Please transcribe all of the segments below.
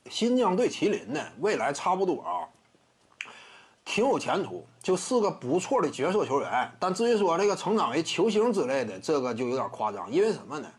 新疆队麒麟呢，未来差不多啊，挺有前途，就是个不错的角色球员。但至于说这个成长为球星之类的，这个就有点夸张。因为什么呢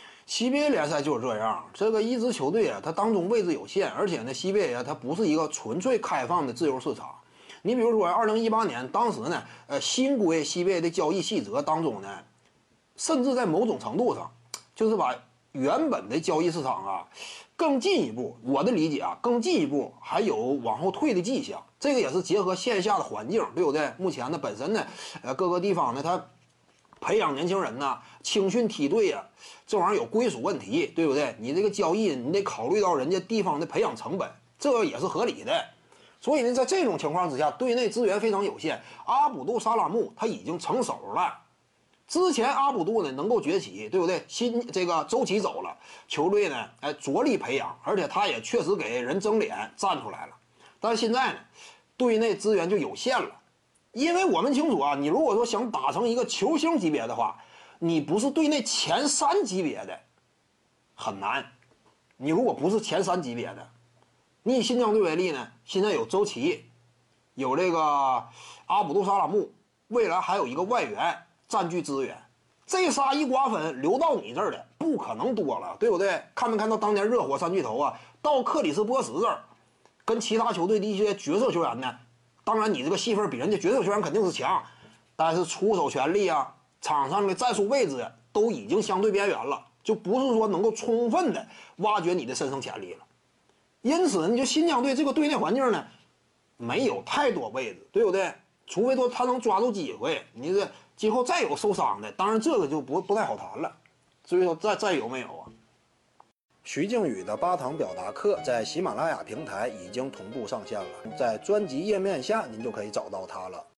？CBA 联赛就是这样，这个一支球队啊，它当中位置有限，而且呢，CBA 啊，它不是一个纯粹开放的自由市场。你比如说，2018年当时呢，新规 CBA 的交易细则当中呢，甚至在某种程度上，就是把原本的交易市场啊，更进一步，我的理解啊，更进一步还有往后退的迹象。这个也是结合线下的环境，对不对？目前呢，本身呢，各个地方呢，它培养年轻人呐，青训梯队呀，这玩意儿有归属问题，对不对？你这个交易，你得考虑到人家地方的培养成本，这也是合理的。所以呢，在这种情况之下，队内资源非常有限。阿卜杜沙拉木他已经成熟了，之前阿卜杜呢能够崛起，对不对？这个周琦走了，球队呢着力培养，而且他也确实给人争脸站出来了。但是现在呢，队内资源就有限了，因为我们清楚啊，你如果说想打成一个球星级别的话，你不是队内前3级别的，很难。你如果不是前3级别的，你以新疆队为例呢，现在有周琦，有这个阿卜杜沙拉木，未来还有一个外援占据资源，这仨一瓜分留到你这儿的不可能多了，对不对？看没看到当年热火3巨头啊，到克里斯波什这儿，跟其他球队的一些角色球员呢，当然你这个戏份比人家角色球员肯定是强，但是出手权力啊，场上的战术位置都已经相对边缘了，就不是说能够充分的挖掘你的身上潜力了。因此，你就新疆队这个队内环境呢，没有太多位置，对不对？除非说他能抓住机会，你这今后再有受伤的，当然这个就不太好谈了。至于说再有没有啊？徐静宇的8堂表达课在喜马拉雅平台已经同步上线了，在专辑页面下您就可以找到它了。